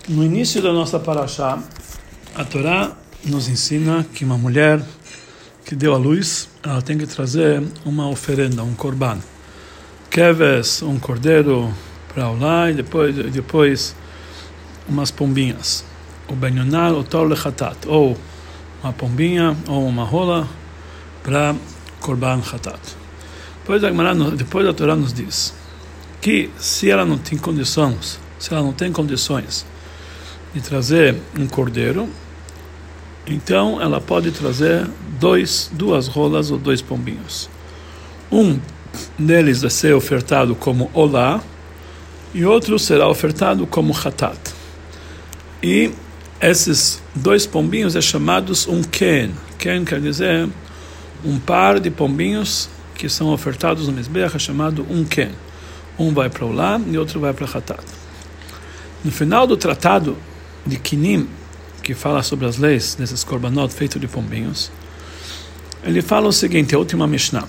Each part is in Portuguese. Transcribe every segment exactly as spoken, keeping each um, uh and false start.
No início da nossa paraxá, a Torá nos ensina que uma mulher que deu à luz, ela tem que trazer uma oferenda, um korban. Keves, um cordeiro para Olá e depois, depois umas pombinhas. O benyonar, o tor lechatat, ou uma pombinha ou uma rola para korban chatat. Depois a, depois a Torá nos diz que se ela não tem condições, se ela não tem condições de trazer um cordeiro, então ela pode trazer dois, duas rolas ou dois pombinhos. Um deles vai ser ofertado como olá e outro será ofertado como chatat. E esses dois pombinhos é chamados um ken. Ken quer dizer um par de pombinhos que são ofertados no Mizbeach, é chamado um ken. Um vai para olá e outro vai para chatat. No final do tratado de Kinim, que fala sobre as leis desses korbanot feitos de pombinhos, ele fala o seguinte, a última Mishnah.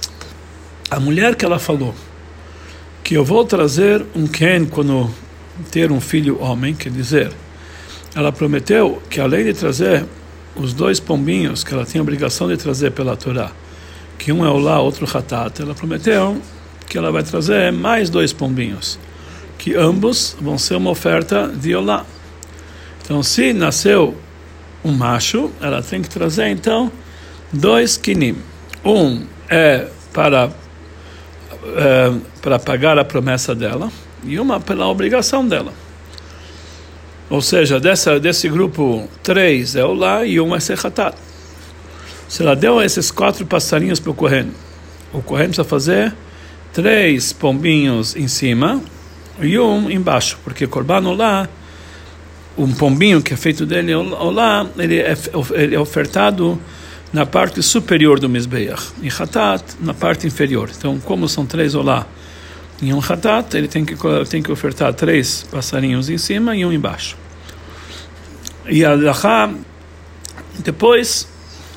A mulher que ela falou que eu vou trazer um ken quando ter um filho homem, quer dizer, ela prometeu que além de trazer os dois pombinhos que ela tinha a obrigação de trazer pela Torá, que um é olá, outro chatat, ela prometeu que ela vai trazer mais dois pombinhos, que ambos vão ser uma oferta de olá. Então, se nasceu um macho, ela tem que trazer, então, dois kinim. Um é para, é, para pagar a promessa dela e uma pela obrigação dela. Ou seja, dessa, desse grupo, três é olá e um é sechatat. Se ela deu esses quatro passarinhos para o Kohen, o Kohen precisa fazer três pombinhos em cima e um embaixo, porque korban olá, um pombinho que é feito dele olá, ele é, ele é ofertado na parte superior do Mizbeach, e chatat na parte inferior. Então, como são três olá e um chatat, ele tem que, tem que ofertar três passarinhos em cima e um embaixo. E a Lachá, depois,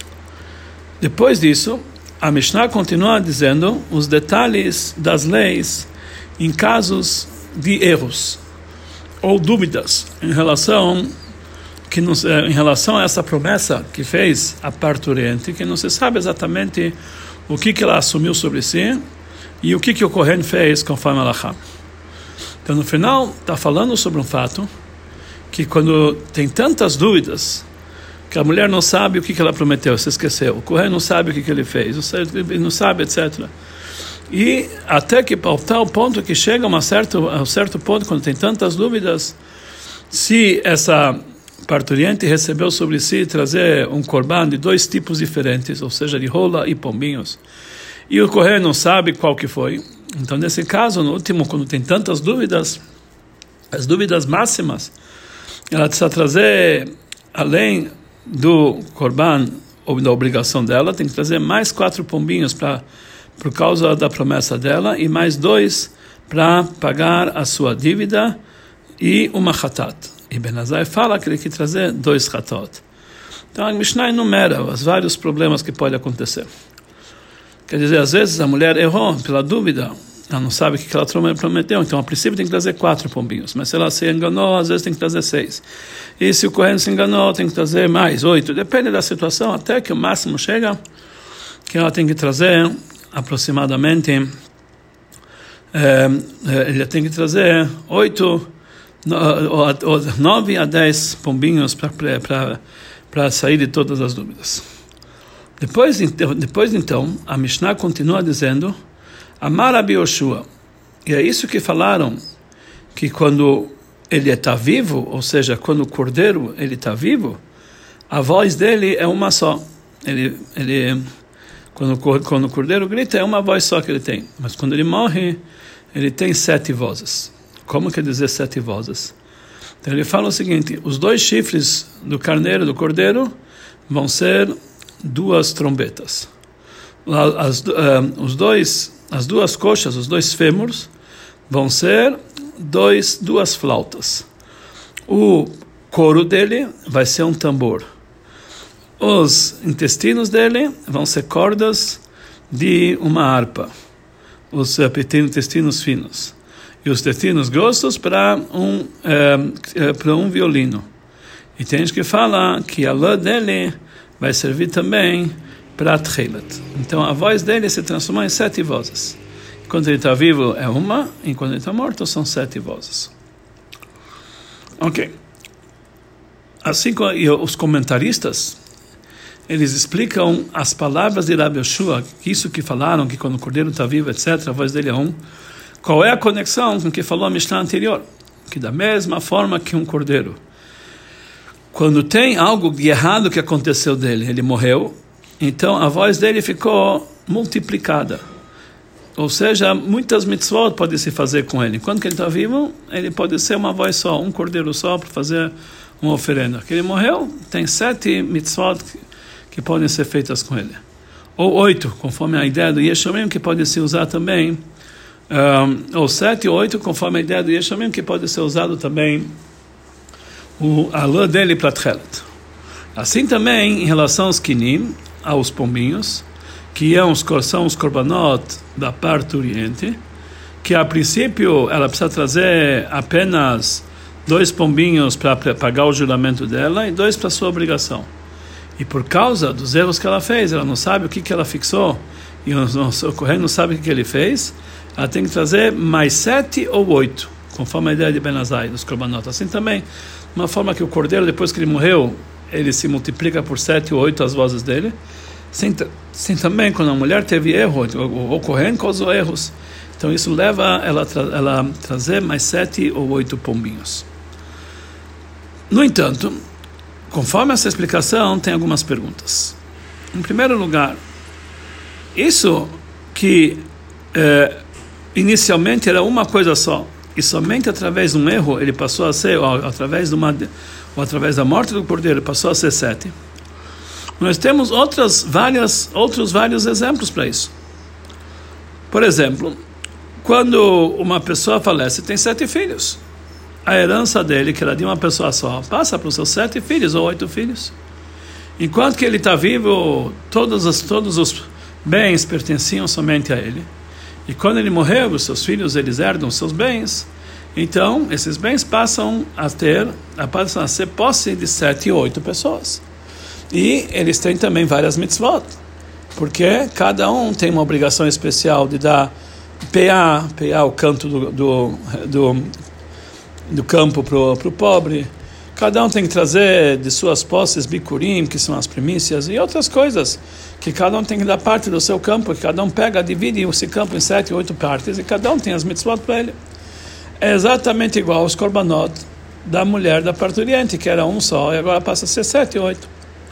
depois disso, a Mishnah continua dizendo os detalhes das leis em casos de erros ou dúvidas em relação que não, em relação a essa promessa que fez a parturiente, que não se sabe exatamente o que que ela assumiu sobre si e o que que o Kohen fez conforme a Halachá. Então no final está falando sobre um fato que quando tem tantas dúvidas que a mulher não sabe o que que ela prometeu, se esqueceu, o Kohen não sabe o que que ele fez, ele não sabe, etcétera. E até que ao tal ponto que chega a, uma certo, a um certo ponto, quando tem tantas dúvidas, se essa parturiente recebeu sobre si trazer um korban de dois tipos diferentes, ou seja, de rola e pombinhos, e o Kohen não sabe qual que foi, então nesse caso, no último, quando tem tantas dúvidas, as dúvidas máximas, ela precisa trazer, além do korban, ou da obrigação dela, tem que trazer mais quatro pombinhos para por causa da promessa dela, e mais dois para pagar a sua dívida e uma chatat. E Ben Azai fala que ele quer trazer dois chatat. Então a Mishnah enumera os vários problemas que podem acontecer. Quer dizer, às vezes a mulher errou pela dúvida, ela não sabe o que ela prometeu, então a princípio tem que trazer quatro pombinhos, mas se ela se enganou, às vezes tem que trazer seis. E se o Kohen se enganou, tem que trazer mais oito. Depende da situação, até que o máximo chega que ela tem que trazer aproximadamente, é, ele tem que trazer oito, nove a dez pombinhos para sair de todas as dúvidas. Depois, depois então, a Mishnah continua dizendo, Amar Rabi Yoshua, e é isso que falaram, que quando ele está vivo, ou seja, quando o cordeiro ele está vivo, a voz dele é uma só. Ele... ele Quando, quando o cordeiro grita, é uma voz só que ele tem. Mas quando ele morre, ele tem sete vozes. Como quer dizer sete vozes? Então ele fala o seguinte, os dois chifres do carneiro, do cordeiro, vão ser duas trombetas. As, uh, os dois, as duas coxas, os dois fêmurs, vão ser dois, duas flautas. O couro dele vai ser um tambor. Os intestinos dele vão ser cordas de uma harpa, os intestinos finos. e os tefilim grossos para um, é, para um violino. E tem gente que fala que a lã dele vai servir também para Tchelet. Então a voz dele se transforma em sete vozes. Enquanto ele está vivo é uma, enquanto ele está morto são sete vozes. Ok. Assim como os comentaristas, eles explicam as palavras de Rabi Yoshua, isso que falaram, que quando o cordeiro está vivo, etcétera, a voz dele é um. Qual é a conexão com o que falou a Mishnah anterior? Que da mesma forma que um cordeiro, quando tem algo de errado que aconteceu dele, ele morreu, então a voz dele ficou multiplicada. Ou seja, muitas mitzvot podem se fazer com ele. Enquanto que ele está vivo, ele pode ser uma voz só, um cordeiro só para fazer uma oferenda. Que ele morreu, tem sete mitzvot que, que podem ser feitas com ele. Ou oito, conforme a ideia do Yeshomim, que pode se usar também. Um, ou sete ou oito, conforme a ideia do Yeshomim, que pode ser usado também o, a lã dele para Tchelet. Assim também, em relação aos kinim, aos pombinhos, que é uns, são os korbanot da parte oriente, que a princípio ela precisa trazer apenas dois pombinhos para pagar o juramento dela e dois para sua obrigação. E por causa dos erros que ela fez, ela não sabe o que, que ela fixou, e o, o Kohen não sabe o que, que ele fez, ela tem que trazer mais sete ou oito, conforme a ideia de Ben Azai, dos korbanot. Assim também, uma forma que o cordeiro, depois que ele morreu, ele se multiplica por sete ou oito as vozes dele. Sim, sim, também, quando a mulher teve erro, o, o Kohen causou erros. Então isso leva ela a tra ela trazer mais sete ou oito pombinhos. No entanto, conforme essa explicação, tem algumas perguntas. Em primeiro lugar, isso que eh, inicialmente era uma coisa só, e somente através de um erro ele passou a ser, ou através, de uma, ou através da morte do cordeiro, passou a ser sete. Nós temos outras várias, outros vários exemplos para isso. Por exemplo, quando uma pessoa falece, tem sete filhos. A herança dele, que era de uma pessoa só, passa para os seus sete filhos ou oito filhos. Enquanto que ele está vivo, todos os, todos os bens pertenciam somente a ele. E quando ele morreu, os seus filhos, eles herdam os seus bens. Então, esses bens passam a ter, passam a ser posse de sete ou oito pessoas. E eles têm também várias mitzvot, porque cada um tem uma obrigação especial de dar peá, peá o canto do, do, do, do campo para o pobre. Cada um tem que trazer de suas posses bikurim, que são as primícias, e outras coisas, que cada um tem que dar parte do seu campo, que cada um pega, divide esse campo em sete, oito partes, e cada um tem as mitzvot para ele. É exatamente igual aos korbanot da mulher da parturiente, que era um só, e agora passa a ser sete, oito.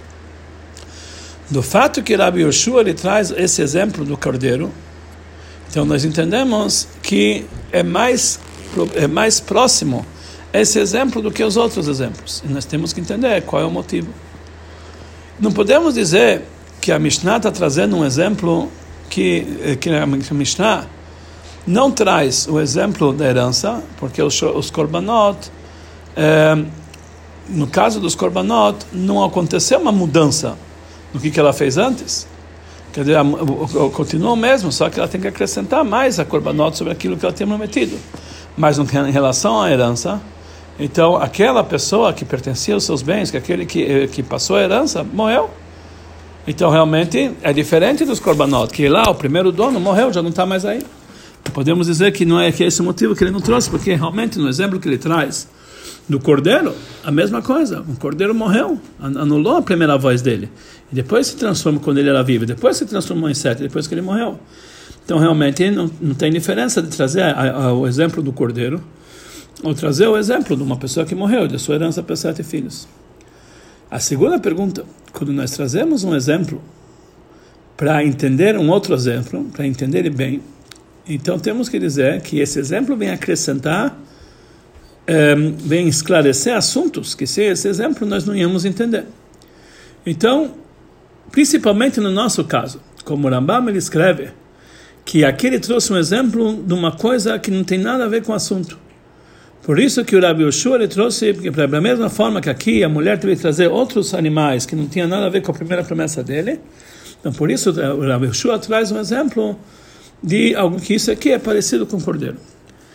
Do fato que Rabi Yoshua ele traz esse exemplo do cordeiro, então nós entendemos que é mais, é mais próximo esse exemplo do que os outros exemplos. E nós temos que entender qual é o motivo. Não podemos dizer que a Mishnah está trazendo um exemplo que, que a Mishnah não traz o exemplo da herança, porque os, os korbanot, é, no caso dos korbanot, não aconteceu uma mudança do que, que ela fez antes. Quer dizer, continua o mesmo, só que ela tem que acrescentar mais a korbanot sobre aquilo que ela tinha prometido. Mas em relação à herança, então aquela pessoa que pertencia aos seus bens, que aquele que, que passou a herança, morreu. Então realmente é diferente dos korbanot, que lá o primeiro dono morreu, já não está mais aí. Podemos dizer que não é que é esse o motivo que ele não trouxe, porque realmente no exemplo que ele traz do cordeiro, a mesma coisa. O cordeiro morreu, anulou a primeira voz dele. E depois se transforma quando ele era vivo. Depois se transformou em sete, depois que ele morreu. Então, realmente, não, não tem diferença de trazer a, a, o exemplo do cordeiro ou trazer o exemplo de uma pessoa que morreu, de sua herança para sete filhos. A segunda pergunta, quando nós trazemos um exemplo para entender um outro exemplo, para entender ele bem, então temos que dizer que esse exemplo vem acrescentar Um, vem esclarecer assuntos que sem esse exemplo nós não íamos entender. Então, principalmente no nosso caso, como o Rambam ele escreve, que aqui ele trouxe um exemplo de uma coisa que não tem nada a ver com o assunto. Por isso que o Rabi Yoshua ele trouxe, porque da mesma forma que aqui a mulher teve que trazer outros animais que não tinha nada a ver com a primeira promessa dele, então por isso o Rabi Yoshua traz um exemplo de algo que isso aqui é parecido com o cordeiro.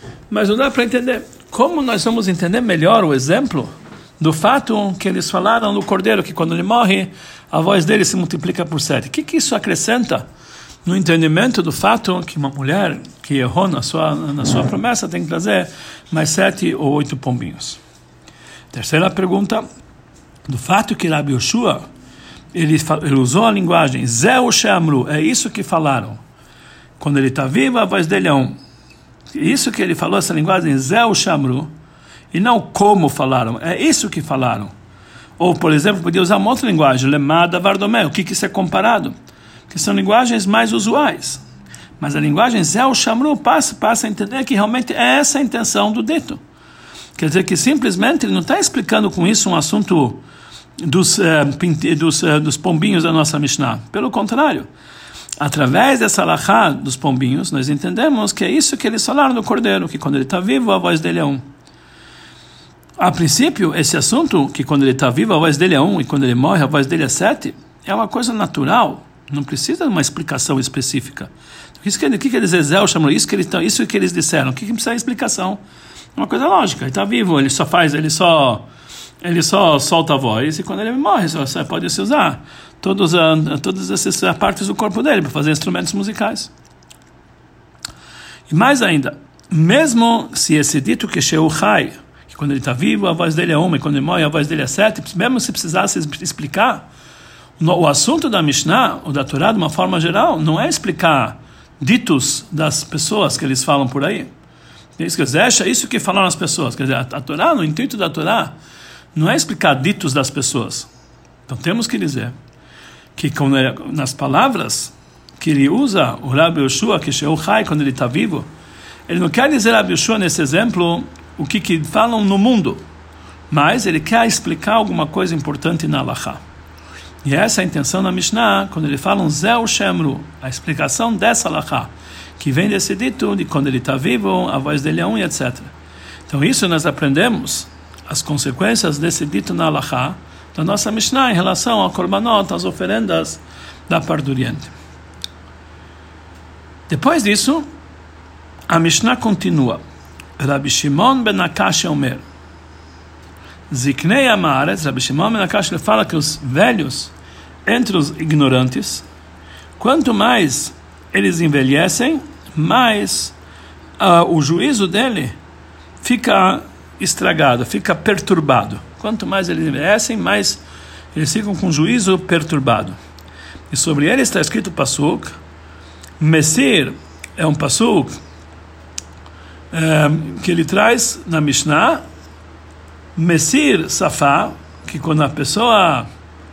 Mas não dá para entender. Como nós vamos entender melhor o exemplo do fato que eles falaram no cordeiro, que quando ele morre, a voz dele se multiplica por sete. O que, que isso acrescenta no entendimento do fato que uma mulher que errou na sua, na sua promessa tem que trazer mais sete ou oito pombinhos? Terceira pergunta, do fato que Rabi Yoshua, ele, ele usou a linguagem Zeu Sheamru, é isso que falaram. Quando ele está vivo, a voz dele é um. Isso que ele falou, essa linguagem Zeu Sheamru, e não como falaram, é isso que falaram. Ou, por exemplo, podia usar uma outra linguagem, Lemada Vardomé, o que que isso é comparado? Que são linguagens mais usuais. Mas a linguagem Zeu Sheamru passa, passa a entender que realmente é essa a intenção do dito. Quer dizer que simplesmente ele não está explicando com isso um assunto dos, eh, dos, eh, dos pombinhos da nossa Mishnah. Pelo contrário, através dessa alahá dos pombinhos, nós entendemos que é isso que eles falaram do cordeiro, que quando ele está vivo, a voz dele é um. A princípio, esse assunto, que quando ele está vivo, a voz dele é um, e quando ele morre, a voz dele é sete, é uma coisa natural, não precisa de uma explicação específica. Isso que, que quer dizer Zeu chamou isso que eles isso que eles disseram, o que, que precisa de explicação? É uma coisa lógica, ele está vivo, ele só faz, ele só, ele só solta a voz, e quando ele morre, só, só pode se usar todos, uh, todas essas partes do corpo dele para fazer instrumentos musicais. E mais ainda, mesmo se esse dito que Sheu Chai, que quando ele está vivo, a voz dele é uma, e quando ele morre, a voz dele é sete, mesmo se precisasse explicar, o assunto da Mishnah, ou da Torá, de uma forma geral, não é explicar ditos das pessoas que eles falam por aí. Isso, quer dizer, é isso que falaram as pessoas. Quer dizer, a, a Torá, no intuito da Torá, não é explicar ditos das pessoas. Então temos que dizer que quando ele, nas palavras que ele usa, o Rabi Yoshua, que Sheu Chai, quando ele está vivo, ele não quer dizer, Rabi Yoshua, nesse exemplo, o que, que falam no mundo, mas ele quer explicar alguma coisa importante na Halachá. E essa é a intenção da Mishnah, quando ele fala um Zeu Sheamru, a explicação dessa Halachá, que vem desse dito, de quando ele está vivo, a voz dele é um, e etcétera. Então isso nós aprendemos as consequências desse dito na Halachá, da nossa Mishnah em relação ao korbanot, às oferendas da parte do Oriente. Depois disso, a Mishnah continua. Rabi Shimon ben Akash Omer, Ziknei Amaretz, Rabi Shimon ben Akash, ele fala que os velhos, entre os ignorantes, quanto mais eles envelhecem, mais uh, o juízo dele fica estragado, fica perturbado. Quanto mais eles envelhecem, mais eles ficam com o juízo perturbado. E sobre ele está escrito Pasuk, Messir é um Pasuk um, que ele traz na Mishnah, Messir Safá, que quando a pessoa,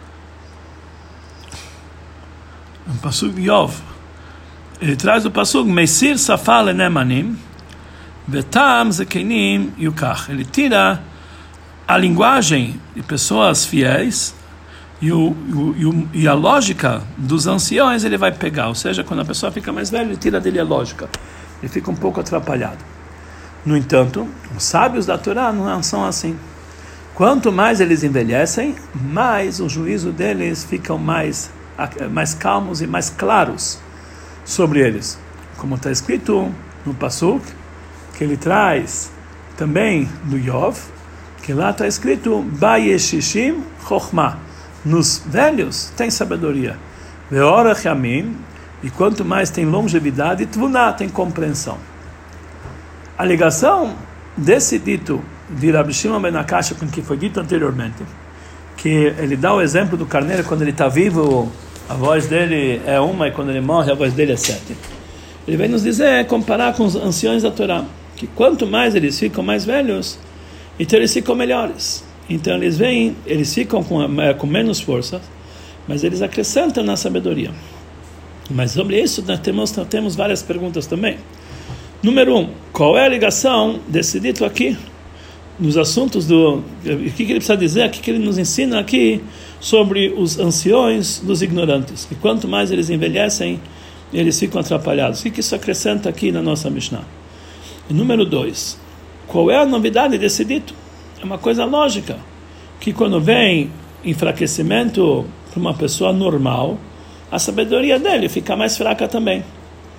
um Pasuk Yov, ele traz o Pasuk Messir Safá lenemanim vetam zekenim yukach. Ele tira a linguagem de pessoas fiéis e, o, o, o, e a lógica dos anciões ele vai pegar. Ou seja, quando a pessoa fica mais velha, ele tira dele a lógica. Ele fica um pouco atrapalhado. No entanto, os sábios da Torá não são assim. Quanto mais eles envelhecem, mais o juízo deles ficam mais, mais calmos e mais claros sobre eles. Como está escrito no Pasuk, que ele traz também do Yov, que lá está escrito Bayeshishim Chochma. Nos velhos tem sabedoria. Veorach Yamim, e quanto mais tem longevidade, Tvuná, tem compreensão. A ligação desse dito de Rabi Shimon ben Akash, com que foi dito anteriormente, que ele dá o exemplo do carneiro, quando ele está vivo, a voz dele é uma, e quando ele morre, a voz dele é sete. Ele vem nos dizer, comparar com os anciões da Torá, que quanto mais eles ficam mais velhos, então eles ficam melhores. Então eles vêm, eles ficam com, com menos força, mas eles acrescentam na sabedoria. Mas sobre isso nós temos, nós temos várias perguntas também. Número um, qual é a ligação desse dito aqui nos assuntos do... O que, que ele precisa dizer? O que, que ele nos ensina aqui sobre os anciões dos ignorantes? Que quanto mais eles envelhecem, eles ficam atrapalhados. O que, que isso acrescenta aqui na nossa Mishnah? E número dois, qual é a novidade desse dito? É uma coisa lógica, que quando vem enfraquecimento para uma pessoa normal, a sabedoria dele fica mais fraca também.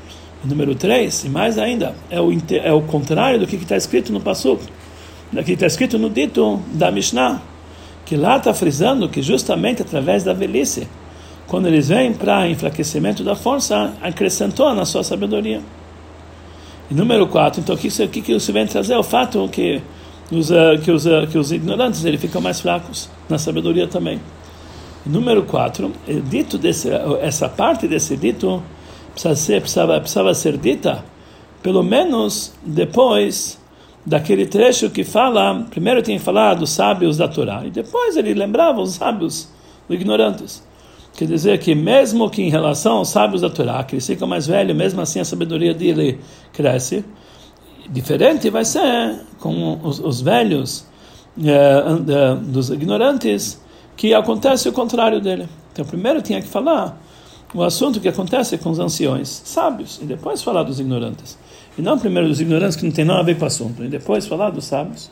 O número três, e mais ainda, é o, é o contrário do que está escrito no Pasuk, do que está escrito no dito da Mishnah, que lá está frisando que justamente através da velhice, quando eles vêm para enfraquecimento da força, acrescentou na sua sabedoria. E número quatro, então o que, que, que isso vem trazer? O fato que os, uh, que os, uh, que os ignorantes eles ficam mais fracos na sabedoria também. E número quatro, dito desse, essa parte desse dito precisava ser, precisava, precisava ser dita pelo menos depois daquele trecho que fala, primeiro tem que falar dos sábios da Torá, e depois ele lembrava os sábios dos ignorantes. Quer dizer que mesmo que em relação aos sábios da Torá, que eles ficam mais velhos, mesmo assim a sabedoria dele cresce, diferente vai ser com os, os velhos eh, dos ignorantes, que acontece o contrário dele. Então primeiro tinha que falar o assunto que acontece com os anciões sábios, e depois falar dos ignorantes. E não primeiro dos ignorantes, que não tem nada a ver com o assunto, e depois falar dos sábios.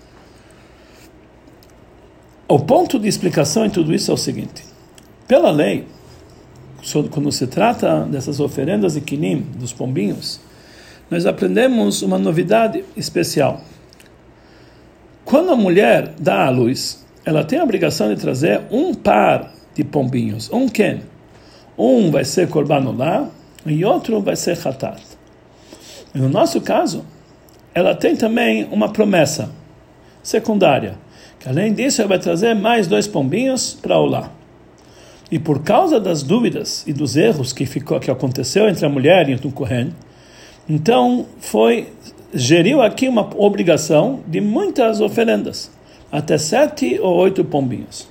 O ponto de explicação em tudo isso é o seguinte: pela lei, quando se trata dessas oferendas de quinim, dos pombinhos, nós aprendemos uma novidade especial. Quando a mulher dá à luz, ela tem a obrigação de trazer um par de pombinhos, um ken. Um vai ser korban olá e outro vai ser hatat. E no nosso caso, ela tem também uma promessa secundária, que além disso ela vai trazer mais dois pombinhos para olá. E por causa das dúvidas e dos erros que ficou, que aconteceu entre a mulher e o Kohen, então foi geriu aqui uma obrigação de muitas oferendas, até sete ou oito pombinhos.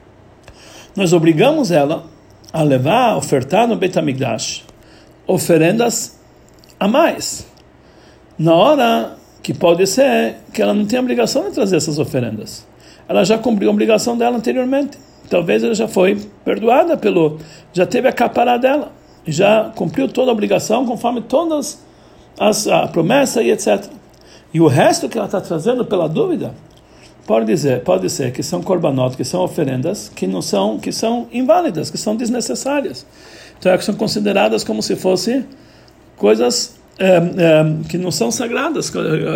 Nós obrigamos ela a levar, a ofertar no Beit HaMikdash oferendas a mais, na hora que pode ser que ela não tenha obrigação de trazer essas oferendas. Ela já cumpriu a obrigação dela anteriormente. Talvez ela já foi perdoada pelo, já teve a capará dela, já cumpriu toda a obrigação conforme todas as a promessa e etcétera. E o resto que ela está trazendo pela dúvida, pode dizer, pode ser que são korbanot, que são oferendas que não são, que são inválidas, que são desnecessárias. Então é que são consideradas como se fossem coisas é, é, que não são sagradas,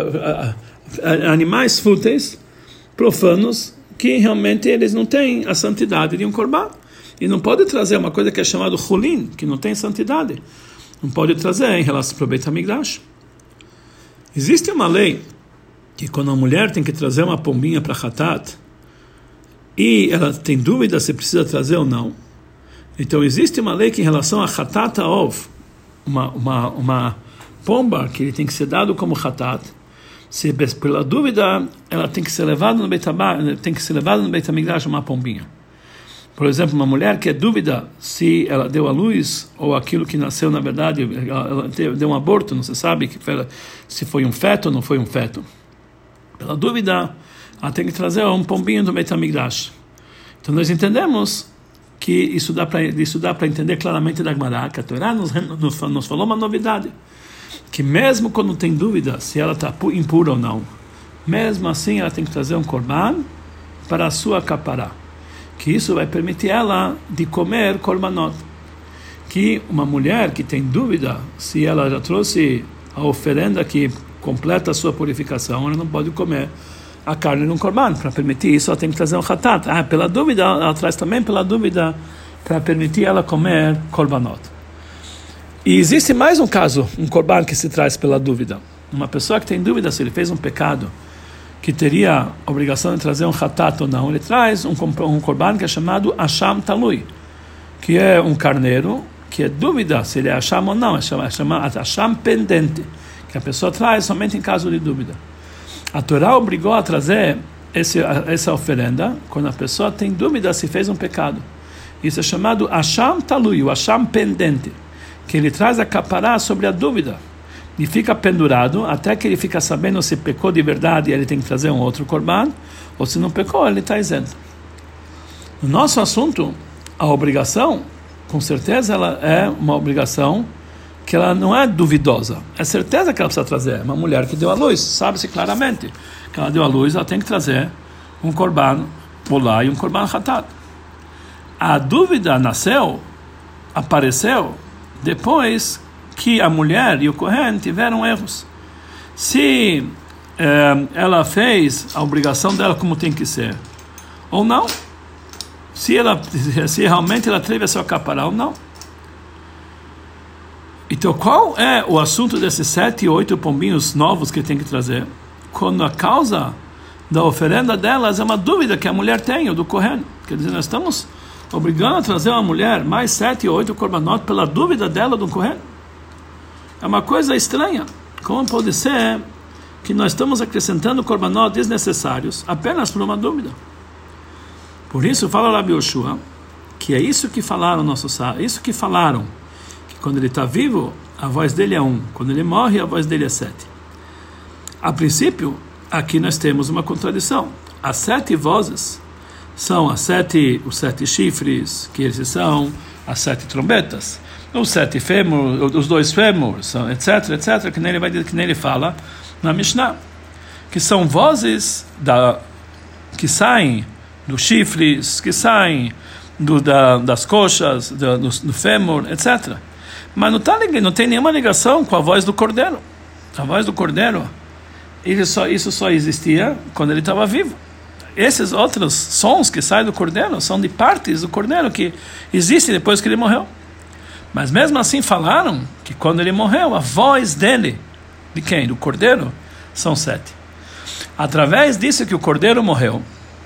animais fúteis, profanos, que realmente eles não têm a santidade de um korban. E não pode trazer uma coisa que é chamada chulin, que não tem santidade. Não pode trazer em relação para o Beit HaMikdash. Existe uma lei que quando a mulher tem que trazer uma pombinha para hatat, e ela tem dúvida se precisa trazer ou não, então existe uma lei que em relação a hatat ov, uma, uma, uma pomba que ele tem que ser dado como hatat, se pela dúvida ela tem que ser levada no Beit tem que ser levada no Beit HaMikdash uma pombinha. Por exemplo, uma mulher que é dúvida se ela deu à luz ou aquilo que nasceu na verdade ela deu um aborto, não se sabe que se foi um feto ou não foi um feto. Pela dúvida, ela tem que trazer um pombinho do Beit HaMikdash. Então nós entendemos que isso dá para isso dá para entender claramente da Gemara, que a Torá nos, nos, nos falou uma novidade, que mesmo quando tem dúvida se ela está impura ou não, mesmo assim ela tem que trazer um korban para a sua capará, que isso vai permitir ela de comer korbanot. Que uma mulher que tem dúvida se ela já trouxe a oferenda que completa a sua purificação, ela não pode comer a carne num korban. Para permitir isso, ela tem que trazer um hatat. Ah, pela dúvida, ela traz também pela dúvida para permitir ela comer korbanot. E existe mais um caso, um korban que se traz pela dúvida. Uma pessoa que tem dúvida se ele fez um pecado que teria a obrigação de trazer um hatat ou não, ele traz um, um korban que é chamado Asham Talui, que é um carneiro, que é dúvida se ele é Asham ou não, é chamado Asham pendente, que a pessoa traz somente em caso de dúvida. A Torá obrigou a trazer esse, essa oferenda quando a pessoa tem dúvida se fez um pecado. Isso é chamado Asham Talui, o Asham pendente, que ele traz a capará sobre a dúvida e fica pendurado até que ele fica sabendo se pecou de verdade e ele tem que trazer um outro korban, ou se não pecou, ele está isento. No nosso assunto, a obrigação, com certeza, ela é uma obrigação que ela não é duvidosa. É certeza que ela precisa trazer. Uma mulher que deu à luz, sabe-se claramente que ela deu à luz, ela tem que trazer um korban olá e um korban hatat. A dúvida nasceu, apareceu, depois que a mulher e o Kohen tiveram erros. Se eh, ela fez a obrigação dela como tem que ser, ou não. Se, ela, se realmente ela teve a sua capará ou não. Então, qual é o assunto desses sete, oito pombinhos novos que tem que trazer? Quando a causa da oferenda delas é uma dúvida que a mulher tem, ou do Kohen. Quer dizer, nós estamos obrigando a trazer uma mulher mais sete ou oito korbanot pela dúvida dela do Kohen. É uma coisa estranha. Como pode ser que nós estamos acrescentando korbanot desnecessários apenas por uma dúvida? Por isso, fala Rabi Yoshua, que é isso que falaram nossos sábios, isso que falaram, que quando ele está vivo, a voz dele é um, quando ele morre, a voz dele é sete. A princípio, aqui nós temos uma contradição. As sete vozes são as sete, os sete chifres, que esses são as sete trombetas, os sete fêmur, os dois fêmurs, etc, etc, que nem ele vai dizer, que nem ele fala na Mishnah, que são vozes da, que saem dos chifres, que saem do, da, das coxas, do, do, do fêmur, etcétera. Mas não, tá, não tem nenhuma ligação com a voz do cordeiro. A voz do cordeiro, ele só, isso só existia quando ele estava vivo. Esses outros sons que saem do cordeiro são de partes do cordeiro que existem depois que ele morreu. Mas mesmo assim falaram que quando ele morreu, a voz dele, de quem? Do cordeiro, são sete. Através disso que o cordeiro morreu,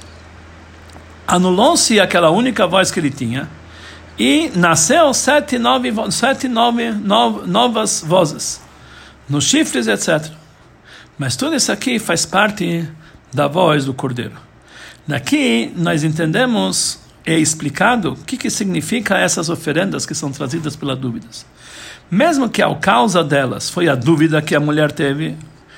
anulou-se aquela única voz que ele tinha e nasceu sete, nove, sete nove, nove, novas vozes, nos chifres, etcétera. Mas tudo isso aqui faz parte da voz do cordeiro. Daqui nós entendemos, é explicado o que, que significa essas oferendas que são trazidas pelas dúvidas. Mesmo que a causa delas foi a dúvida que a mulher teve,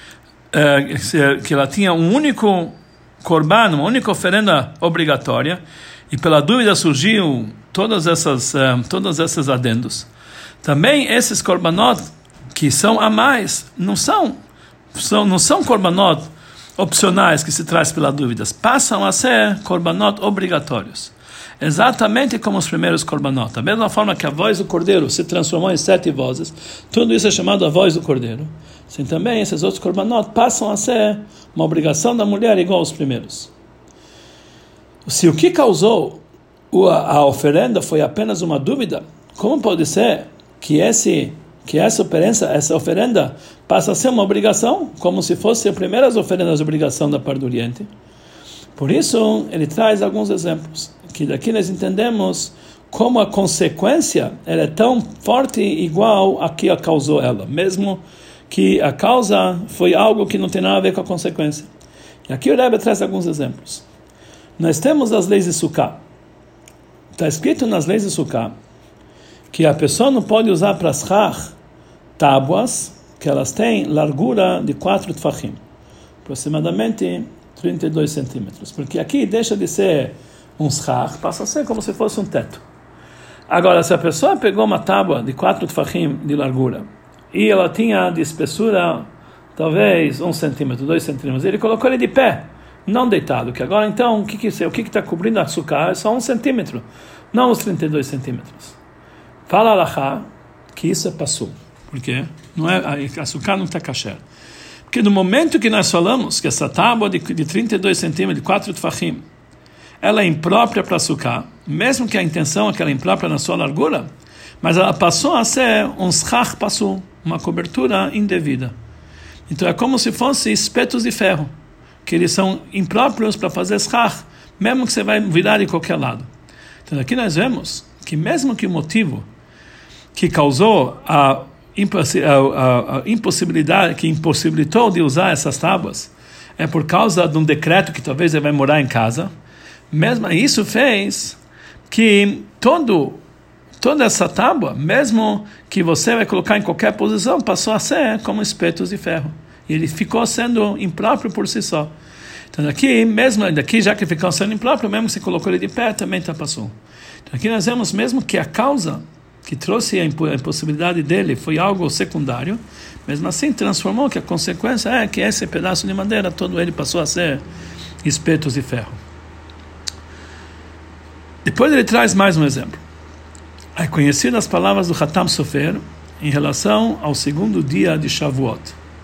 é, que ela tinha um único korban, uma única oferenda obrigatória, e pela dúvida surgiu todas essas, uh, todas esses adendos. Também esses korbanot que são a mais, não são, são, não são korbanot opcionais que se traz pela dúvidas, passam a ser korbanot obrigatórios. Exatamente como os primeiros korbanot. Da mesma forma que a voz do cordeiro se transformou em sete vozes, tudo isso é chamado a voz do cordeiro. Assim também esses outros korbanot passam a ser uma obrigação da mulher igual aos primeiros. Se o que causou a oferenda foi apenas uma dúvida, como pode ser que, esse, que essa, oferenda, essa oferenda passa a ser uma obrigação, como se fosse as primeiras oferendas de obrigação da parte do Oriente? Por isso, ele traz alguns exemplos, que daqui nós entendemos como a consequência ela é tão forte igual a que a causou ela, mesmo que a causa foi algo que não tem nada a ver com a consequência. E aqui o Rebbe traz alguns exemplos. Nós temos as leis de Sukkah. Está escrito nas leis de Sukkah que a pessoa não pode usar para schach tábuas que elas têm largura de quatro tfachim, aproximadamente trinta e dois centímetros, porque aqui deixa de ser um schach, passa a ser como se fosse um teto. Agora, se a pessoa pegou uma tábua de quatro tfachim de largura e ela tinha de espessura talvez um centímetro, dois centímetros, ele colocou ele de pé, não deitado, que agora então o que que o que está cobrindo a Sukkah é só um centímetro, não os trinta e dois centímetros. Fala Alachá que isso é passou. Por quê? Não é, a Sukkah não está kasher. Porque no momento que nós falamos que essa tábua de, de trinta e dois centímetros, de quatro tfachim, ela é imprópria para a Sukkah, mesmo que a intenção é que ela é imprópria na sua largura, mas ela passou a ser um schach passou, uma cobertura indevida. Então é como se fossem espetos de ferro, que eles são impróprios para fazer schach, mesmo que você vai virar de qualquer lado. Então aqui nós vemos que mesmo que o motivo que causou a, a, a, a impossibilidade, que impossibilitou de usar essas tábuas, é por causa de um decreto que talvez ele vai morar em casa, mesmo isso fez que todo, toda essa tábua, mesmo que você vai colocar em qualquer posição, passou a ser como espetos de ferro. E ele ficou sendo impróprio por si só. Então daqui, mesmo daqui, já que ficou sendo impróprio, mesmo que você colocou ele de pé, também está passou. Então aqui nós vemos mesmo que a causa que trouxe a impossibilidade dele foi algo secundário, mesmo assim transformou que a consequência é que esse pedaço de madeira, todo ele passou a ser espetos de ferro. Depois ele traz mais um exemplo. É conhecido as palavras do Hatam Sofer, em relação ao segundo dia de Shavuot.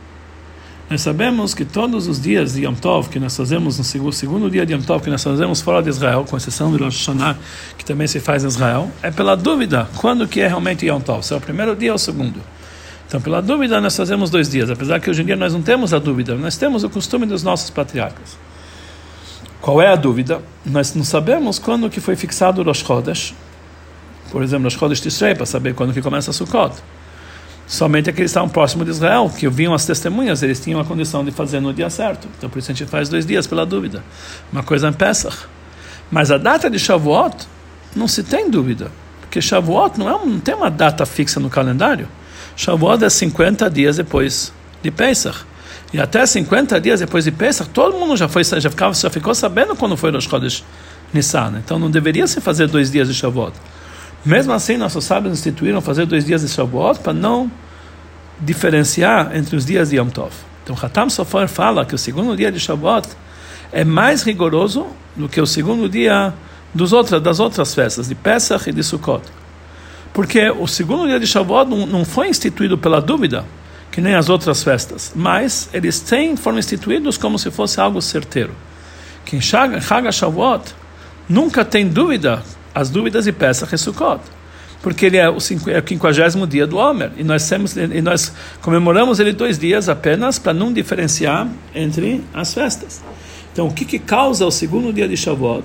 Nós sabemos que todos os dias de Yom Tov que nós fazemos, no segundo, segundo dia de Yom Tov que nós fazemos fora de Israel, com exceção do Rosh Hashanah, que também se faz em Israel, é pela dúvida quando que é realmente Yom Tov, se é o primeiro dia ou o segundo. Então, pela dúvida, nós fazemos dois dias, apesar que hoje em dia nós não temos a dúvida, nós temos o costume dos nossos patriarcas. Qual é a dúvida? Nós não sabemos quando que foi fixado o Rosh Chodesh, por exemplo, Rosh Chodesh Tishrei, para saber quando que começa a Sukkot. Somente aqueles que estavam próximos de Israel, que vinham as testemunhas, eles tinham a condição de fazer no dia certo. Então, por isso a gente faz dois dias pela dúvida. Uma coisa em Pesach. Mas a data de Shavuot, não se tem dúvida. Porque Shavuot não, é um, não tem uma data fixa no calendário. Shavuot é cinquenta dias depois de Pesach. E até cinquenta dias depois de Pesach, todo mundo já, foi, já, ficava, já ficou sabendo quando foi Rosh Chodesh Nissan. Então, não deveria se fazer dois dias de Shavuot. Mesmo assim, nossos sábios instituíram fazer dois dias de Shavuot para não diferenciar entre os dias de Yom Tov. Então, Hatam Sofer fala que o segundo dia de Shavuot é mais rigoroso do que o segundo dia dos outras, das outras festas, de Pesach e de Sukkot. Porque o segundo dia de Shavuot não, não foi instituído pela dúvida, que nem as outras festas, mas eles têm, foram instituídos como se fosse algo certeiro. Que em Chag Shavuot nunca tem dúvida, as dúvidas de Pesach e Sukkot, porque ele é o quinquagésimo dia do Omer, e nós, temos, e nós comemoramos ele dois dias apenas para não diferenciar entre as festas. Então, o que, que causa o segundo dia de Shavuot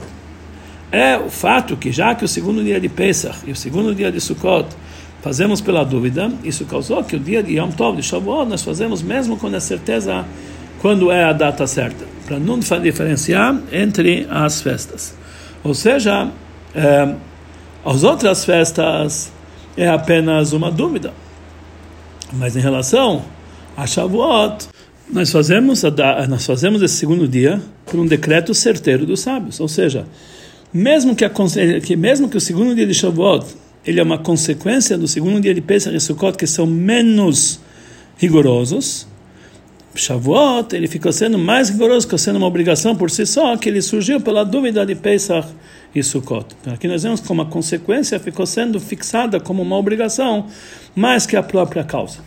é o fato que, já que o segundo dia de Pesach e o segundo dia de Sukkot fazemos pela dúvida, isso causou que o dia de Yom Tov, de Shavuot, nós fazemos mesmo com a certeza quando é a data certa, para não diferenciar entre as festas. Ou seja, É, as outras festas é apenas uma dúvida, mas em relação a Shavuot, nós fazemos, a, nós fazemos esse segundo dia por um decreto certeiro dos sábios, ou seja, mesmo que, a, que, mesmo que o segundo dia de Shavuot ele é uma consequência do segundo dia de Pesach e Sukkot, que são menos rigorosos, Shavuot ele ficou sendo mais rigoroso, ficou sendo uma obrigação por si só, que ele surgiu pela dúvida de Pesach e Sukkot. Então aqui nós vemos como a consequência ficou sendo fixada como uma obrigação mais que a própria causa.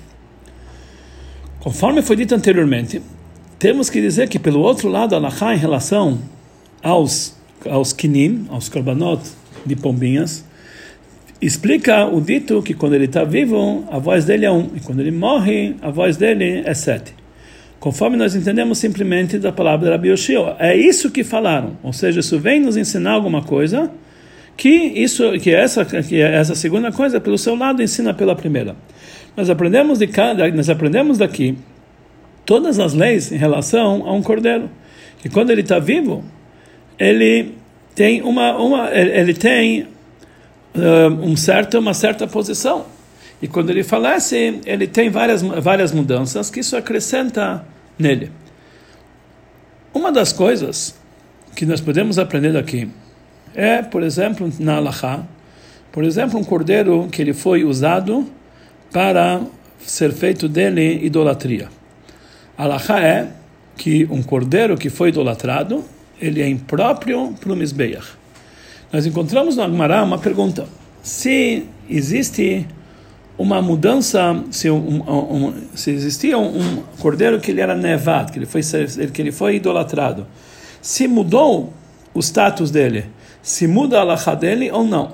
Conforme foi dito anteriormente, temos que dizer que pelo outro lado a halachá em relação aos aos kinim, aos korbanot de pombinhas, explica o dito que quando ele está vivo a voz dele é um, e quando ele morre a voz dele é sete. Conforme nós entendemos simplesmente da palavra de Rabi Yoshio, é isso que falaram. Ou seja, isso vem nos ensinar alguma coisa que isso, que essa, que essa segunda coisa pelo seu lado ensina pela primeira. Nós aprendemos de cada, nós aprendemos daqui todas as leis em relação a um cordeiro, que quando ele está vivo, ele tem uma, uma ele tem uh, um certo, uma certa posição. E quando ele falece, ele tem várias, várias mudanças que isso acrescenta nele. Uma das coisas que nós podemos aprender daqui é, por exemplo, na halachá, por exemplo, um cordeiro que ele foi usado para ser feito dele idolatria. A halachá é que um cordeiro que foi idolatrado, ele é impróprio para o Mizbeach. Nós encontramos no Agmará uma pergunta: se existe uma mudança, se, um, um, um, se existia um, um cordeiro que ele era nevad, que ele foi, que ele foi idolatrado, se mudou o status dele, se muda a halachá dele ou não.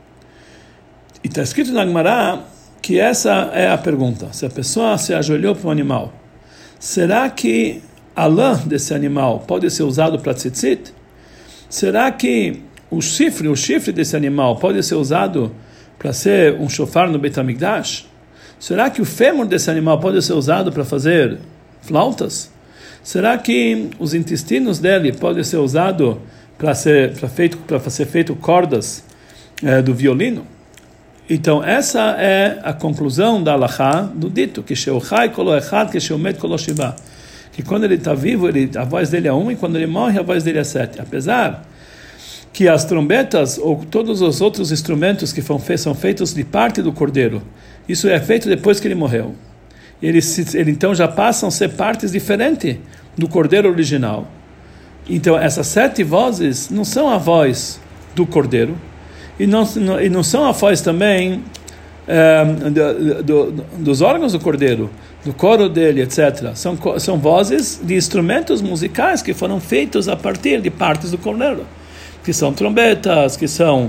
E está escrito na Gemara que essa é a pergunta: se a pessoa se ajoelhou para um animal, será que a lã desse animal pode ser usado para tzitzit? Será que o chifre, o chifre desse animal pode ser usado para ser um shofar no Beit HaMikdash? Será que o fêmur desse animal pode ser usado para fazer flautas? Será que os intestinos dele podem ser usados para ser para feito para ser feito cordas é, do violino? Então essa é a conclusão da halachá do dito que sheuchai kolo echad que sheumet kolo shiva, que quando ele está vivo ele, a voz dele é um, e quando ele morre a voz dele é sete. Apesar que as trombetas ou todos os outros instrumentos que são feitos de parte do cordeiro, isso é feito depois que ele morreu. Eles, ele, então já passam a ser partes diferentes do cordeiro original. Então essas sete vozes não são a voz do cordeiro e não, não, e não são a voz também é, do, do, dos órgãos do cordeiro, do coro dele, etcétera, são, são vozes de instrumentos musicais que foram feitos a partir de partes do cordeiro, que são trombetas, que são,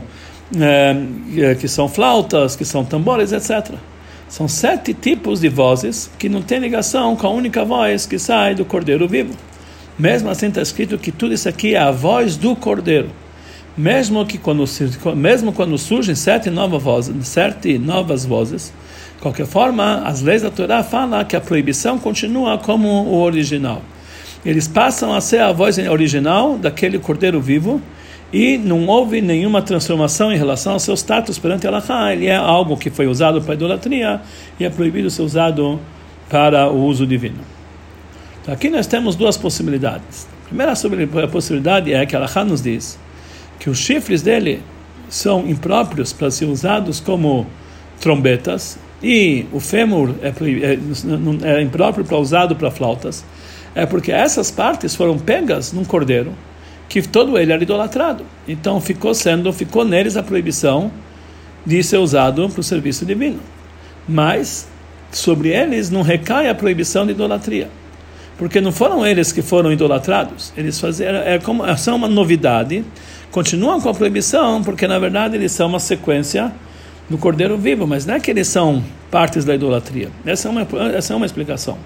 é, que são flautas, que são tambores, etcétera. São sete tipos de vozes que não têm ligação com a única voz que sai do cordeiro vivo. Mesmo assim está escrito que tudo isso aqui é a voz do cordeiro. Mesmo que quando, mesmo quando surgem sete novas vozes, sete novas vozes, de qualquer forma, as leis da Torá falam que a proibição continua como o original. Eles passam a ser a voz original daquele cordeiro vivo e não houve nenhuma transformação em relação ao seu status perante Allahá. Ele é algo que foi usado para a idolatria e é proibido ser usado para o uso divino. Então, aqui nós temos duas possibilidades. A primeira possibilidade é que Allahá nos diz que os chifres dele são impróprios para ser usados como trombetas e o fêmur é, é, é impróprio para usado para flautas. É porque essas partes foram pegas num cordeiro que todo ele era idolatrado. Então ficou sendo, ficou neles a proibição de ser usado para o serviço divino. Mas sobre eles não recai a proibição de idolatria, porque não foram eles que foram idolatrados. Eles faziam, é como, são uma novidade, continuam com a proibição, porque na verdade eles são uma sequência do cordeiro vivo, mas não é que eles são partes da idolatria. Essa é uma, essa é uma explicação.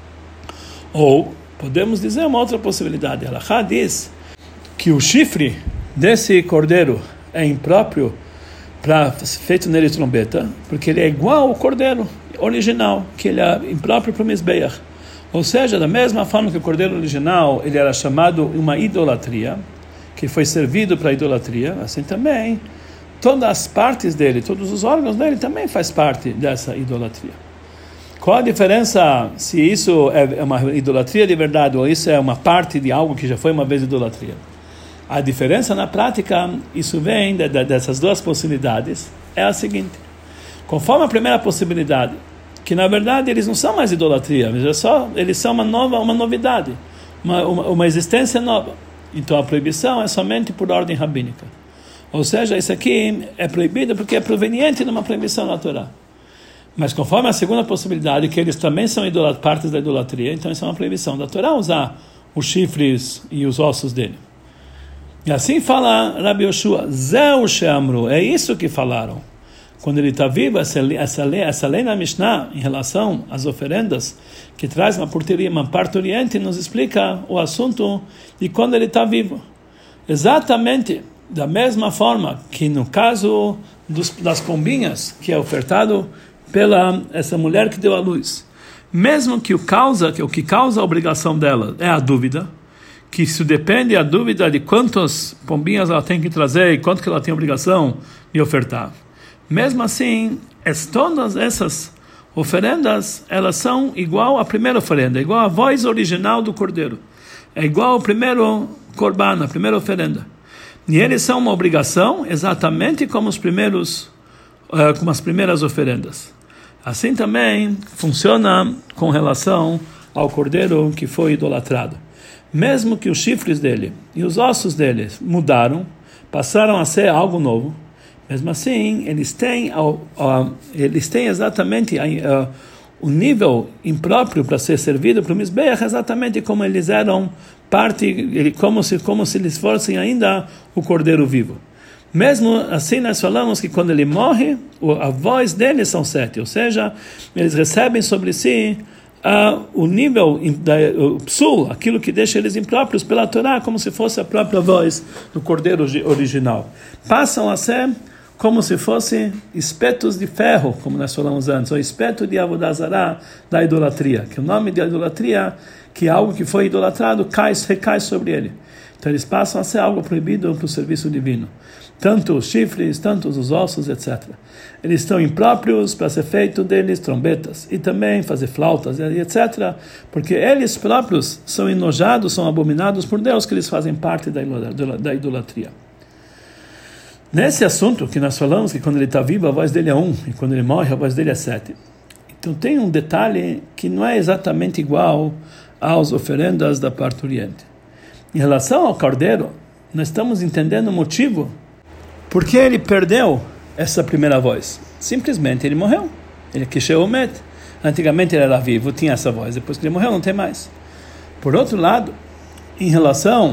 Ou podemos dizer uma outra possibilidade. Allahá diz que o chifre desse cordeiro é impróprio para feito nele trombeta, porque ele é igual ao cordeiro original, que ele é impróprio para o Mizbeach. Ou seja, da mesma forma que o cordeiro original ele era chamado uma idolatria, que foi servido para a idolatria, assim também todas as partes dele, todos os órgãos dele também faz parte dessa idolatria. Qual a diferença se isso é uma idolatria de verdade ou isso é uma parte de algo que já foi uma vez idolatria? A diferença na prática, isso vem de, de, dessas duas possibilidades, é a seguinte: conforme a primeira possibilidade, que na verdade eles não são mais idolatria, mas é só, eles são uma nova, uma novidade, uma, uma, uma existência nova. Então a proibição é somente por ordem rabínica. Ou seja, isso aqui é proibido porque é proveniente de uma proibição na Torá. Mas conforme a segunda possibilidade, que eles também são partes da idolatria, então isso é uma proibição da Torá usar os chifres e os ossos dele. E assim fala Rabi Yoshua, Zeu Sheamru, é isso que falaram. Quando ele está vivo, essa lei, essa, lei, essa lei na Mishnah, em relação às oferendas, que traz uma, porteria, uma parte oriente, nos explica o assunto de quando ele está vivo. Exatamente da mesma forma que no caso dos, das pombinhas, que é ofertado pela essa mulher que deu à luz. Mesmo que o, causa, que o que causa a obrigação dela é a dúvida, que isso depende a dúvida de quantas pombinhas ela tem que trazer e quanto que ela tem a obrigação de ofertar. Mesmo assim, es, todas essas oferendas, elas são igual à primeira oferenda, igual à voz original do cordeiro. É igual ao primeiro corban, a primeira oferenda. E eles são uma obrigação exatamente como os primeiros, uh, como as primeiras oferendas. Assim também funciona com relação ao cordeiro que foi idolatrado. Mesmo que os chifres dele e os ossos dele mudaram, passaram a ser algo novo, mesmo assim, eles têm, uh, uh, eles têm exatamente uh, o nível impróprio para ser servido para o Mizbeach, exatamente como eles eram parte, como se, como se eles fossem ainda o cordeiro vivo. Mesmo assim, nós falamos que quando ele morre, a voz deles são sete, ou seja, eles recebem sobre si Uh, o nível da o psul, aquilo que deixa eles impróprios pela Torá, como se fosse a própria voz do cordeiro original. Passam a ser como se fossem espetos de ferro, como nós falamos antes, ou espeto de Avodah Zará da idolatria, que o nome de idolatria, que é algo que foi idolatrado, cai, recai sobre ele. Então eles passam a ser algo proibido para o serviço divino. Tanto os chifres, tanto os ossos, etcétera. Eles estão impróprios para ser feito deles trombetas e também fazer flautas, etcétera. Porque eles próprios são enojados, são abominados por Deus, que eles fazem parte da idolatria. Nesse assunto que nós falamos, que quando ele está vivo a voz dele é um, e quando ele morre a voz dele é sete. Então tem um detalhe que não é exatamente igual às oferendas da parte oriente. Em relação ao cordeiro, nós estamos entendendo o motivo porque ele perdeu essa primeira voz. simplesmente ele morreu. Ele Kisheu Met. Antigamente ele era vivo, tinha essa voz, depois que ele morreu não tem mais. Por outro lado, em relação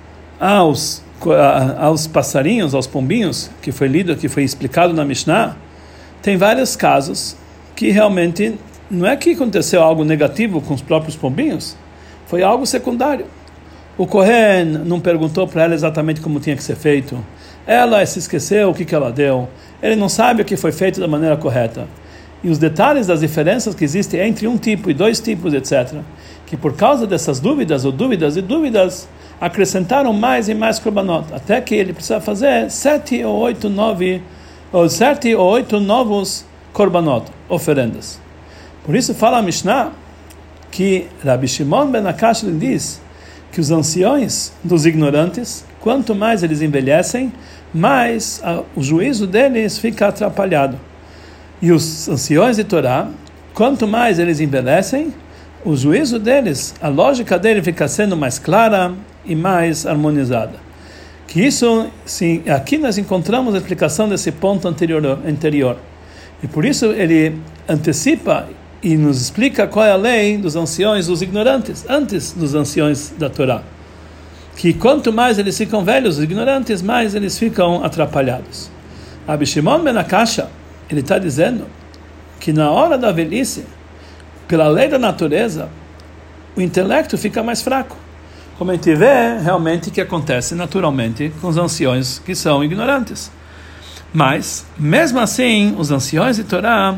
aos, aos passarinhos, aos pombinhos, que foi lido, que foi explicado na Mishnah, tem vários casos que realmente não é que aconteceu algo negativo com os próprios pombinhos, foi algo secundário. O Kohen não perguntou para ela exatamente como tinha que ser feito, ela se esqueceu o que, que ela deu, ele não sabe o que foi feito da maneira correta. E os detalhes das diferenças que existem entre um tipo e dois tipos, etcétera, que por causa dessas dúvidas, ou dúvidas e dúvidas, acrescentaram mais e mais korbanot, até que ele precisa fazer sete ou oito, nove, ou sete ou oito novos korbanot, oferendas. Por isso fala a Mishnah que Rabi Shimon ben Akash diz que os anciões dos ignorantes, quanto mais eles envelhecem, mais a, o juízo deles fica atrapalhado. E os anciões de Torá, quanto mais eles envelhecem, o juízo deles, a lógica dele fica sendo mais clara e mais harmonizada. Que isso, sim, aqui nós encontramos a explicação desse ponto anterior, anterior. E por isso ele antecipa e nos explica qual é a lei dos anciões, dos ignorantes, antes dos anciões da Torá. Que quanto mais eles ficam velhos, os ignorantes, mais eles ficam atrapalhados. Rabi Shimon ben Akasha, ele está dizendo que na hora da velhice, pela lei da natureza, o intelecto fica mais fraco. Como a gente vê realmente que acontece naturalmente com os anciões que são ignorantes. Mas, mesmo assim, os anciões de Torá,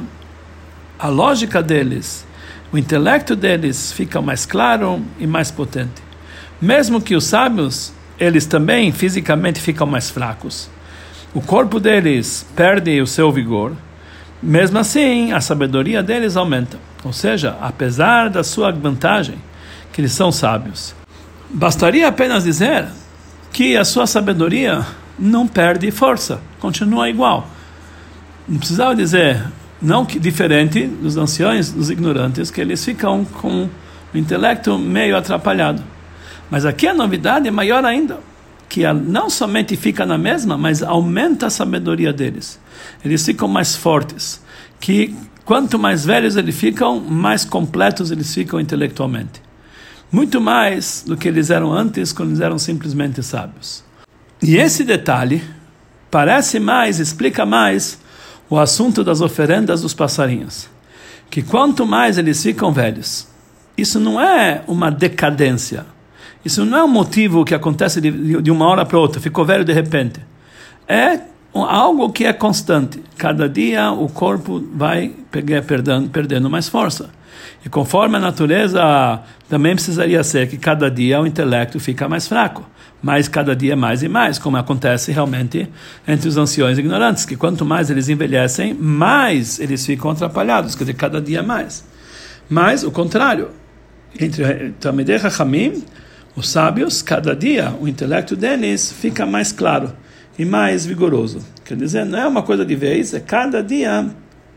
a lógica deles, o intelecto deles fica mais claro e mais potente. Mesmo que os sábios, eles também fisicamente ficam mais fracos. O corpo deles perde o seu vigor. Mesmo assim, a sabedoria deles aumenta. Ou seja, apesar da sua vantagem, que eles são sábios, bastaria apenas dizer que a sua sabedoria não perde força, continua igual. Não precisava dizer, não que diferente dos anciões, dos ignorantes, que eles ficam com o intelecto meio atrapalhado. Mas aqui a novidade é maior ainda, que não somente fica na mesma, mas aumenta a sabedoria deles. Eles ficam mais fortes, que quanto mais velhos eles ficam, mais completos eles ficam intelectualmente. Muito mais do que eles eram antes, quando eles eram simplesmente sábios. E esse detalhe parece mais, explica mais o assunto das oferendas dos passarinhos. Que quanto mais eles ficam velhos, isso não é uma decadência. Isso não é um motivo que acontece de, de uma hora para outra, ficou velho de repente. É algo que é constante. Cada dia o corpo vai pegar, perdendo, perdendo mais força. E conforme a natureza também precisaria ser que cada dia o intelecto fica mais fraco. Mas cada dia mais e mais, como acontece realmente entre os anciões ignorantes, que quanto mais eles envelhecem, mais eles ficam atrapalhados, quer dizer, cada dia mais. Mas o contrário, entre Talmidei Chachamim, os sábios, cada dia o intelecto deles fica mais claro e mais vigoroso. Quer dizer, não é uma coisa de vez, é cada dia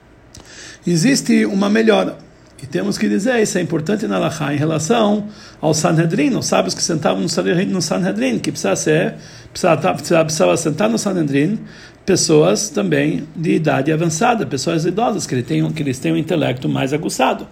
existe uma melhora. E temos que dizer, isso é importante na Halachá, em relação ao Sanhedrin, os sábios que sentavam no Sanhedrin, que precisa ser, precisava, precisava sentar no Sanhedrin, pessoas também de idade avançada, pessoas idosas, que eles tenham, que eles tenham um intelecto mais aguçado.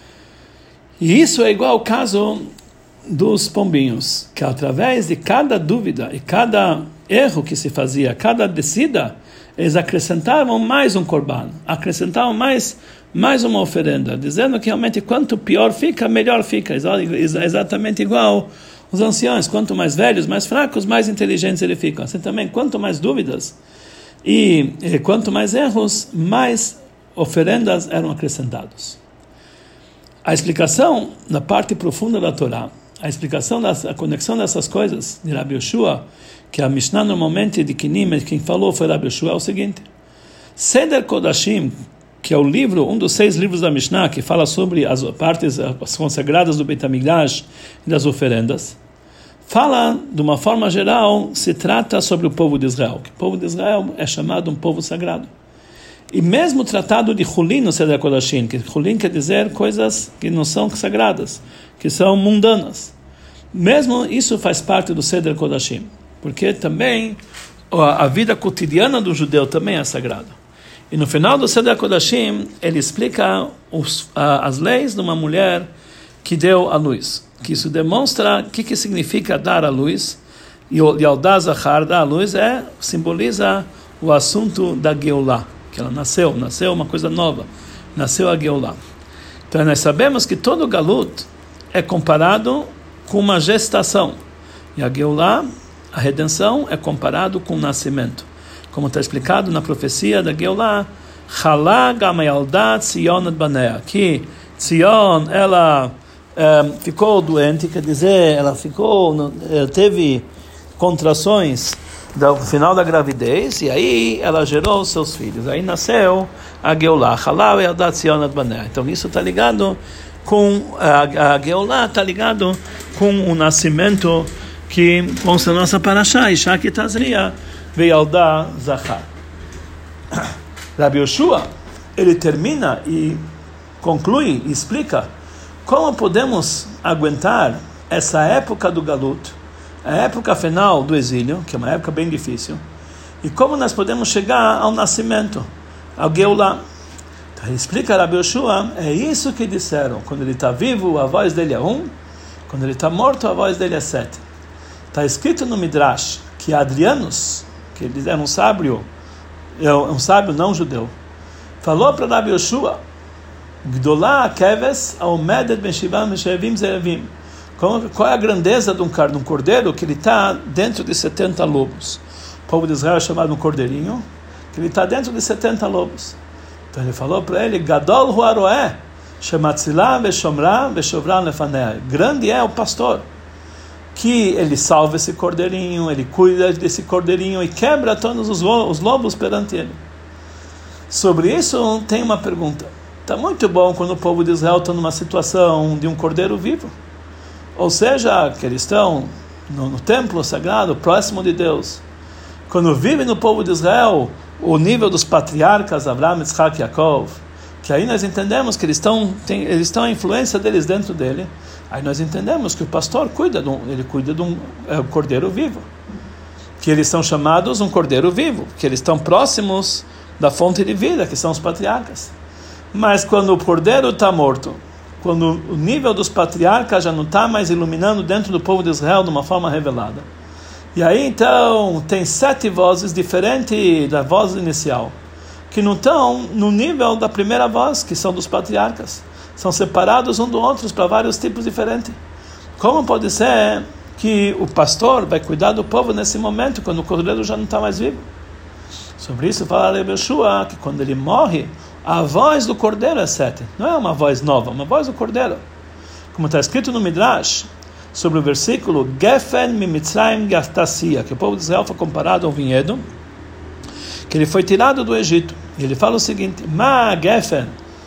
E isso é igual ao caso dos pombinhos, que através de cada dúvida e cada erro que se fazia, cada descida, eles acrescentavam mais um korban, acrescentavam mais, mais uma oferenda, dizendo que realmente quanto pior fica, melhor fica, exatamente igual os anciões, quanto mais velhos, mais fracos, mais inteligentes eles ficam. Assim também, quanto mais dúvidas e, e quanto mais erros, mais oferendas eram acrescentados. A explicação na parte profunda da Torá, a explicação da a conexão dessas coisas de Rabi Yoshua, que a Mishnah normalmente de Kinim, quem falou foi Rabi Yoshua, é o seguinte: Seder Kodashim, que é o livro, um dos seis livros da Mishnah, que fala sobre as partes as consagradas do Beit HaMikdash e das oferendas, fala, de uma forma geral, se trata sobre o povo de Israel, que o povo de Israel é chamado um povo sagrado. E mesmo o tratado de Hulin no Seder Kodashim, que Hulin quer dizer coisas que não são sagradas, que são mundanas. Mesmo isso faz parte do Seder Kodashim, porque também a vida cotidiana do judeu também é sagrada. E no final do Seder Kodashim, ele explica os, as leis de uma mulher que deu a luz. Que isso demonstra o que, que significa dar a luz. E ao dar Zahar, dar a luz, é, simboliza o assunto da Geulah, que ela nasceu, nasceu uma coisa nova, nasceu a Geulah. Então nós sabemos que todo o Galut é comparado com uma gestação. E a Geulah, a redenção, é comparado com o nascimento. Como está explicado na profecia da Geulah, Chalá Gamayaldat Tzion et Banea, que Tzion, ela é, ficou doente, quer dizer, ela ficou, teve contrações no final da gravidez, e aí ela gerou os seus filhos. Aí nasceu a Geulah, Chalá Gamayaldat Tzion et Banea. Então isso está ligado com a, a Geulah, está ligado com o nascimento que consta na nossa Parashá, Isha ki Tazria Veyalda Zachar. Rabbi Yoshua, ele termina e conclui e explica como podemos aguentar essa época do Galut, a época final do exílio, que é uma época bem difícil, e como nós podemos chegar ao nascimento, ao Geulah. Então, ele explica a Rabbi Yoshua, é isso que disseram, quando ele está vivo, a voz dele é um, quando ele está morto, a voz dele é sete. Está escrito no Midrash que Adrianus, que ele era um sábio, um sábio não judeu, falou para Rabbi Yoshua, Gdolá keves aomedet ben shivam shevim zerevim. Qual é a grandeza de um, de um cordeiro que ele está dentro de setenta lobos? O povo de Israel é chamado um cordeirinho, que ele está dentro de setenta lobos. Então ele falou para ele, Gadol hu aroé, shematzilá veshomrá veshovran lefanea. Grande é o pastor, que ele salva esse cordeirinho, ele cuida desse cordeirinho e quebra todos os lobos perante ele. Sobre isso tem uma pergunta. Está muito bom quando o povo de Israel está numa situação de um cordeiro vivo, ou seja, que eles estão no, no templo sagrado, próximo de Deus. Quando vivem no povo de Israel, o nível dos patriarcas, Abraham, Yitzhak e Yaakov, que aí nós entendemos que eles estão, tem, eles estão a influência deles dentro dele. Aí nós entendemos que o pastor cuida de um, ele cuida de um, é, um cordeiro vivo, que eles são chamados um cordeiro vivo, que eles estão próximos da fonte de vida, que são os patriarcas. Mas quando o cordeiro está morto, quando o nível dos patriarcas já não está mais iluminando dentro do povo de Israel de uma forma revelada, e aí então tem sete vozes diferentes da voz inicial, que não estão no nível da primeira voz, que são dos patriarcas, são separados um do outro para vários tipos diferentes. Como pode ser que o pastor vai cuidar do povo nesse momento, quando o cordeiro já não está mais vivo? Sobre isso fala Rabbi Yoshua, que quando ele morre, a voz do cordeiro é sete, não é uma voz nova, uma voz do cordeiro. Como está escrito no Midrash, sobre o versículo Gefen mimitzrayim gaftasia, que o povo de Israel foi comparado ao vinhedo, que ele foi tirado do Egito. E ele fala o seguinte, Ma Gefen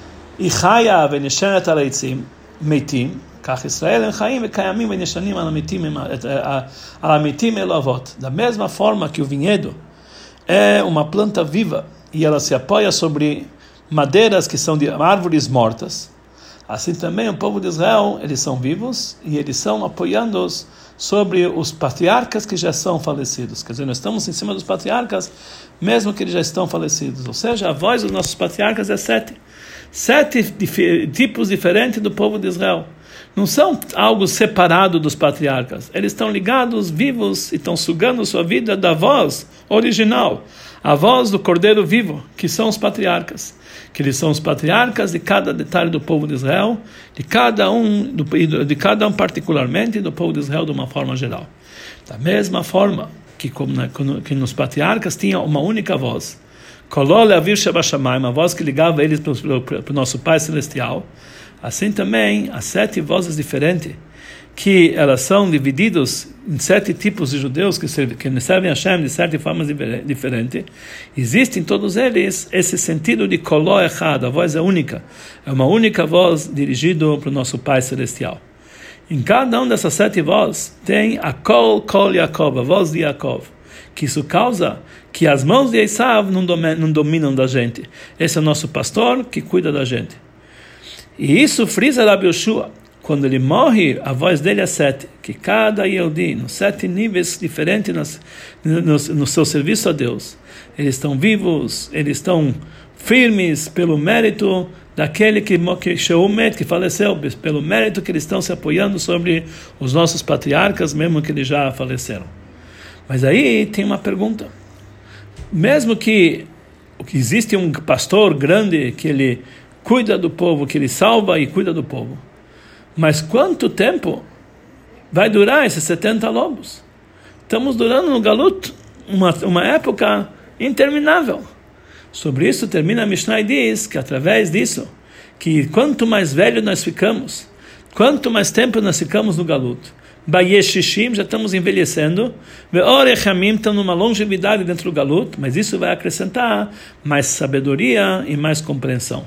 ichaya venishenet aleitzim meitim, kach Israel en chaim vekayamim venishanim alamitim elavot. Da mesma forma que o vinhedo é uma planta viva e ela se apoia sobre madeiras que são de árvores mortas, assim também o povo de Israel, eles são vivos e eles são apoiando-os sobre os patriarcas que já são falecidos. Quer dizer, nós estamos em cima dos patriarcas, mesmo que eles já estão falecidos. Ou seja, a voz dos nossos patriarcas é sete. Sete dif- tipos diferentes do povo de Israel. Não são algo separado dos patriarcas. Eles estão ligados, vivos, e estão sugando sua vida da voz original, a voz do Cordeiro vivo, que são os patriarcas. Que eles são os patriarcas de cada detalhe do povo de Israel, de cada um, de cada um particularmente, e do povo de Israel de uma forma geral. Da mesma forma que, como, que nos patriarcas tinha uma única voz, Kolol Avir Shebashamayim, uma voz que ligava eles para o nosso Pai Celestial, assim também as sete vozes diferentes, que elas são divididas em sete tipos de judeus que servem, que servem a Hashem de sete formas diferentes. Existem todos eles esse sentido de Koló Echad, a voz é única, é uma única voz dirigida para o nosso Pai Celestial. Em cada uma dessas sete vozes tem a Kol Kol Yaakov, a voz de Yaakov, que isso causa que as mãos de Esav não dominam, não dominam da gente. Esse é o nosso pastor que cuida da gente. E isso frisa Rabbi Yoshua, quando ele morre, a voz dele é sete, que cada Yehudi, nos sete níveis diferentes nas, no, no seu serviço a Deus, eles estão vivos, eles estão firmes pelo mérito daquele que, que, que faleceu, pelo mérito que eles estão se apoiando sobre os nossos patriarcas, mesmo que eles já faleceram. Mas aí tem uma pergunta. Mesmo que, que existe um pastor grande que ele cuida do povo, que ele salva e cuida do povo, mas quanto tempo vai durar esses setenta lobos? Estamos durando no Galut uma, uma época interminável. Sobre isso termina a Mishnah e diz que através disso, que quanto mais velho nós ficamos, quanto mais tempo nós ficamos no Galut, Bayeshishim, já estamos envelhecendo, Ve'orechamim, estamos numa longevidade dentro do Galut, mas isso vai acrescentar mais sabedoria e mais compreensão.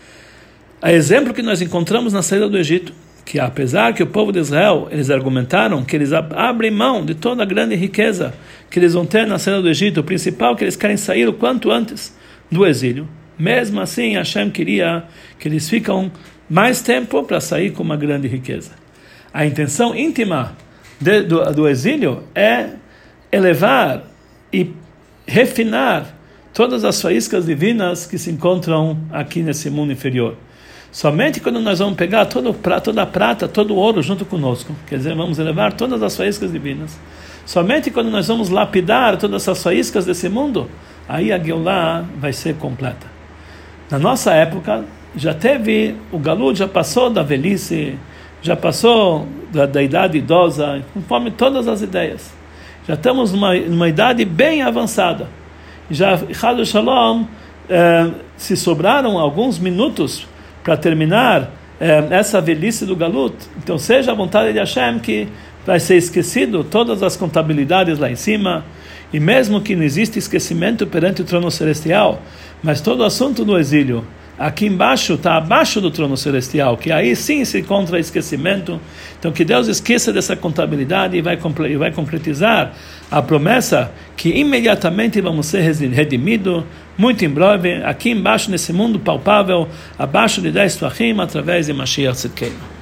A exemplo que nós encontramos na saída do Egito, que apesar que o povo de Israel, eles argumentaram que eles abrem mão de toda a grande riqueza que eles vão ter na saída do Egito, o principal que eles querem sair o quanto antes do exílio, mesmo assim Hashem queria que eles ficam mais tempo para sair com uma grande riqueza. A intenção íntima de, do, do exílio é elevar e refinar todas as faíscas divinas que se encontram aqui nesse mundo inferior. Somente quando nós vamos pegar todo, toda a prata, todo o ouro junto conosco, quer dizer, vamos elevar todas as faíscas divinas, somente quando nós vamos lapidar todas essas faíscas desse mundo, aí a Geulah vai ser completa. Na nossa época, já teve, o Galut já passou da velhice, já passou da, da idade idosa, conforme todas as ideias. Já estamos numa, numa idade bem avançada. Já, Chadu Shalom, eh, se sobraram alguns minutos para terminar eh, essa velhice do Galut, então seja a vontade de Hashem que vai ser esquecido todas as contabilidades lá em cima, e mesmo que não exista esquecimento perante o trono celestial, mas todo o assunto do exílio aqui embaixo está abaixo do trono celestial, que aí sim se encontra esquecimento. Então que Deus esqueça dessa contabilidade e vai, e vai concretizar a promessa que imediatamente vamos ser redimidos, muito em breve, aqui embaixo nesse mundo palpável, abaixo de dez Tvachim, através de Mashiach Tzidkeinu.